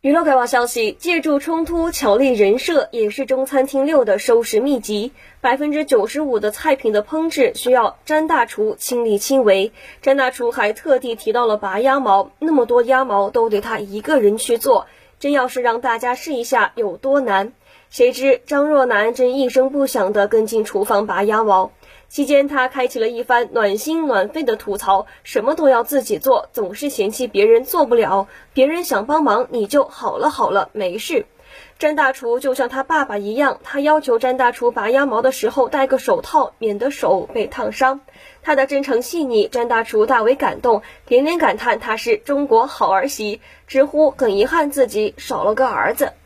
娱乐快报消息，借助冲突巧立人设也是中餐厅6的收拾秘籍。95%的菜品的烹制需要詹大厨亲力亲为。詹大厨还特地提到了拔鸭毛，那么多鸭毛都得他一个人去做，真要是让大家试一下有多难。谁知张若楠真一声不响地跟进厨房拔鸭毛，期间他开启了一番暖心暖肺的吐槽，什么都要自己做，总是嫌弃别人做不了，别人想帮忙你就好了没事。詹大厨就像他爸爸一样，他要求詹大厨拔鸭毛的时候戴个手套，免得手被烫伤。他的真诚细腻，詹大厨大为感动，连连感叹他是中国好儿媳，直呼很遗憾自己少了个儿子。